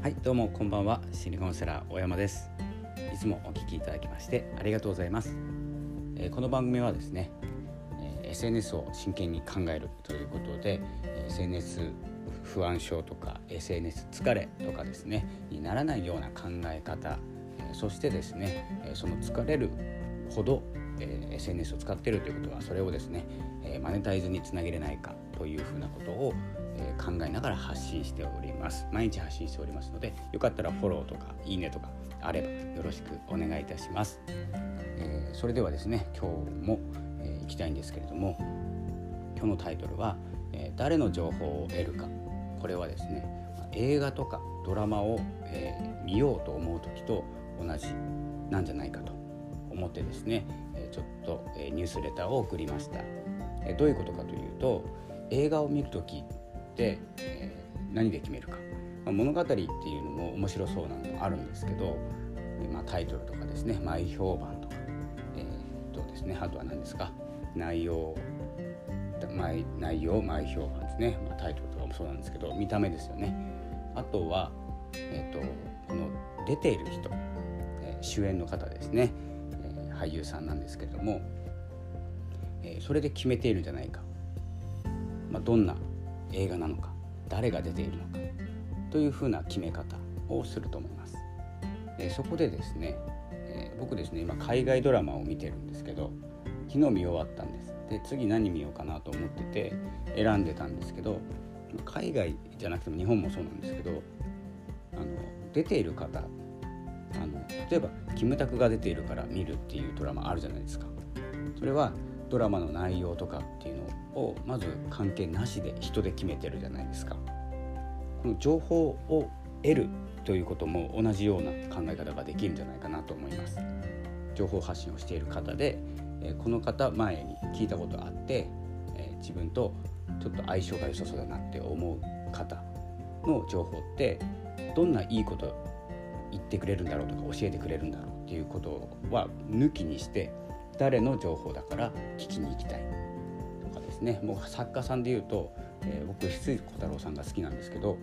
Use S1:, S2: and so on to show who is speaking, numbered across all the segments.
S1: はい、どうもこんばんは。心理カウンセラー大山です。いつもお聞きいただきましてありがとうございます。この番組はですね、SNS を真剣に考えるということで、SNS 不安症とか SNS 疲れとかですねにならないような考え方、そしてですね、その疲れるほど、SNS を使っているということはそれをですね、マネタイズにつなげれないかというふうなことを考えながら発信しております。毎日発信しておりますので、よかったらフォローとかいいねとかあればよろしくお願いいたします。それではですね、今日も、行きたいんですけれども、今日のタイトルは、誰の情報を得るか。これはですね、映画とかドラマを、見ようと思う時と同じなんじゃないかと思ってですね、ちょっと、ニュースレターを送りました。どういうことかというと、映画を見る時って何で決めるか、物語っていうのも面白そうなのもあるんですけど、タイトルとかですね、前評判とか、ですね、あとは何ですか、内容、前評判ですね、タイトルとかもそうなんですけど、見た目ですよね。あとは、この出ている人、主演の方ですね、俳優さんなんですけれども、それで決めているんじゃないか、どんな映画なのか、誰が出ているのかというふうな決め方をすると思います。そこでですね、僕ですね、今海外ドラマを見てるんですけど、昨日見終わったんです。で、次何見ようかなと思ってて選んでたんですけど、海外じゃなくても日本もそうなんですけど、出ている方、例えばキムタクが出ているから見るっていうドラマあるじゃないですか。それはドラマの内容とかっていうのをまず関係なしで人で決めてるじゃないですか。この情報を得るということも同じような考え方ができるんじゃないかなと思います。情報発信をしている方で、この方前に聞いたことがあって、自分とちょっと相性が良さそうだなって思う方の情報ってどんないいこと言ってくれるんだろうとか教えてくれるんだろうっていうことは抜きにして、誰の情報だから聞きに行きたいとかですね。もう作家さんで言うと、僕翡翠小太郎さんが好きなんですけど、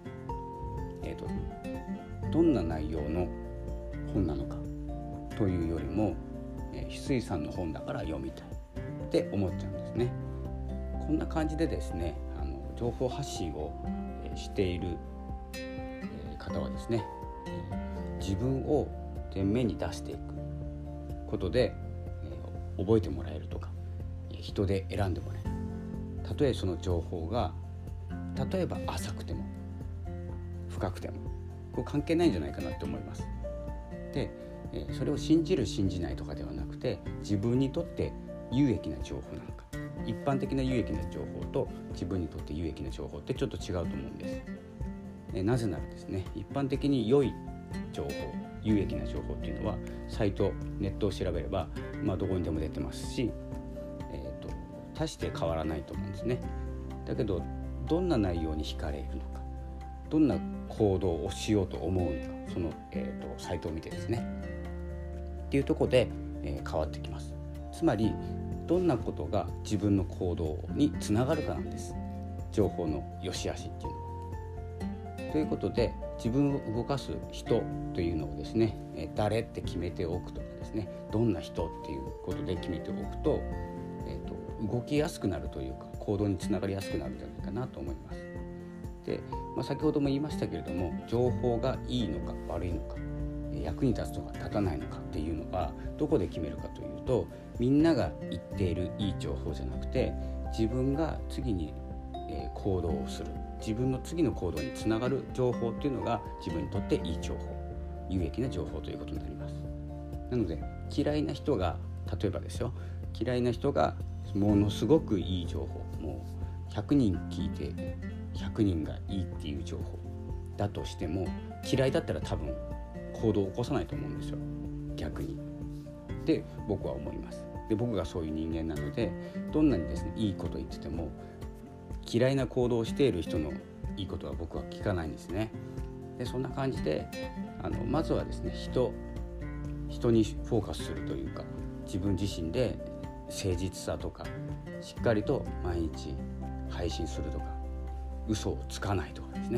S1: どんな内容の本なのかというよりも、翡翠さんの本だから読みたいって思っちゃうんですね。こんな感じでですね、情報発信をしている方はですね、自分を前面に出していくことで覚えてもらえるとか、人で選んでもらえる。たとえその情報が例えば浅くても深くてもこれ関係ないんじゃないかなって思います。で、それを信じる信じないとかではなくて、自分にとって有益な情報なのか、一般的な有益な情報と自分にとって有益な情報ってちょっと違うと思うんです。なぜならですね、一般的に良い情報、有益な情報っていうのはサイト、ネットを調べれば、どこにでも出てますし、大して変わらないと思うんですね。だけどどんな内容に惹かれるのか、どんな行動をしようと思うのか、その、サイトを見てですねっていうところで、変わってきます。つまりどんなことが自分の行動につながるかなんです。情報の良し悪しっていうのは。ということで、自分を動かす人というのをですね、誰って決めておくとかですね、どんな人っていうことで決めておくと、動きやすくなるというか、行動につながりやすくなるんじゃないかなと思います。で、先ほども言いましたけれども、情報がいいのか悪いのか、役に立つとか立たないのかっていうのはどこで決めるかというと、みんなが言っているいい情報じゃなくて、自分が次に行動をする、自分の次の行動につながる情報っていうのが自分にとっていい情報、有益な情報ということになります。なので、嫌いな人が、例えばですよ、嫌いな人がものすごくいい情報、もう100人聞いて100人がいいっていう情報だとしても、嫌いだったら多分行動を起こさないと思うんですよ、逆に。で、僕は思います。で、僕がそういう人間なので、どんなにですねいいこと言ってても、嫌いな行動をしている人のいいことは僕は聞かないんですね。で、そんな感じでまずはですね、人にフォーカスするというか、自分自身で誠実さとか、しっかりと毎日配信するとか、嘘をつかないとかですね、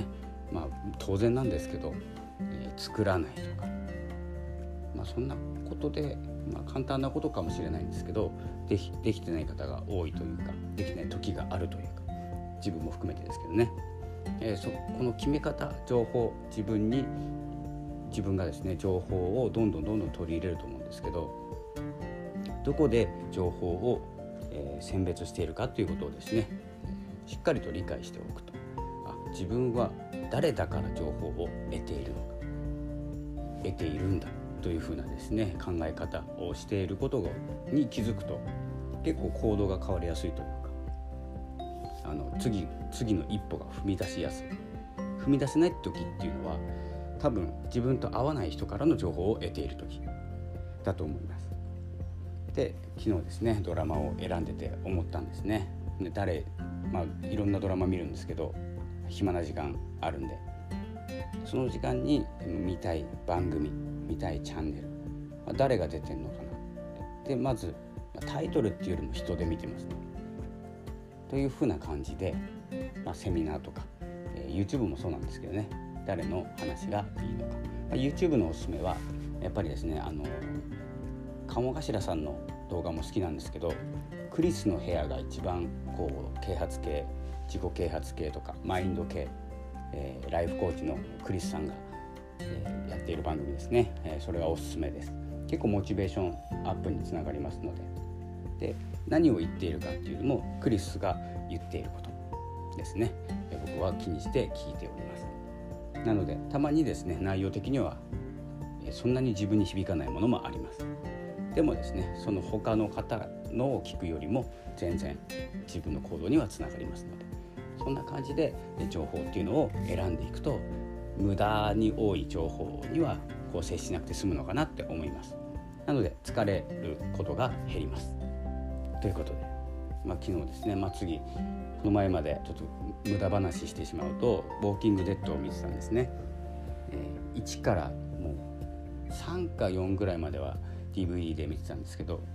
S1: 当然なんですけど、作らないとか、そんなことで、簡単なことかもしれないんですけど、できてない方が多いというか、できない時があるというか、自分も含めてですけどね、この決め方、情報、自分がですね情報をどんどん取り入れると思うんですけど、どこで情報を、選別しているかということをですね、しっかりと理解しておくと、自分は誰だから情報を得ているのか、得ているんだというふうなですね考え方をしていることに気づくと、結構行動が変わりやすいというか、次の一歩が踏み出しやすい。踏み出せない時っていうのは、多分自分と合わない人からの情報を得ている時だと思います。で、昨日ですねドラマを選んでて思ったんですね。でいろんなドラマ見るんですけど、暇な時間あるんで、その時間に見たい番組、見たいチャンネル、誰が出てんのかなで、まずタイトルっていうよりも人で見てますねというふうな感じで、セミナーとか、YouTube もそうなんですけどね、誰の話がいいのか、YouTube のおすすめはやっぱりですね、鴨頭さんの動画も好きなんですけど、クリスの部屋が一番啓発系、自己啓発系とかマインド系、ライフコーチのクリスさんが、やっている番組ですね、それがおすすめです。結構モチベーションアップにつながりますので、何を言っているかっていうよりもクリスが言っていることですね、僕は気にして聞いております。なのでたまにですね、内容的にはそんなに自分に響かないものもあります。でもですね、その他の方のを聞くよりも全然自分の行動にはつながりますので、そんな感じで情報っていうのを選んでいくと、無駄に多い情報には接しなくて済むのかなって思います。なので疲れることが減りますということで、昨日ですね、次この前までちょっと無駄話してしまうと、ウォーキングデッドを見てたんですね。1からもう3か4ぐらいまでは DVD で見てたんですけど、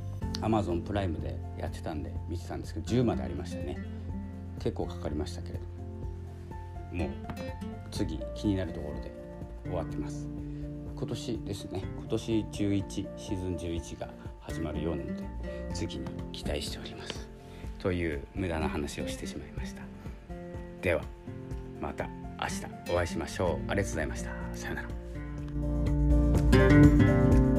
S1: Amazon プライムでやってたんで見てたんですけど、10までありましたね。結構かかりましたけれども、もう次気になるところで終わってます。今年ですね、今年11シーズン11が始まるようなので、次に期待しておりますという無駄な話をしてしまいました。ではまた明日お会いしましょう。ありがとうございました。さようなら。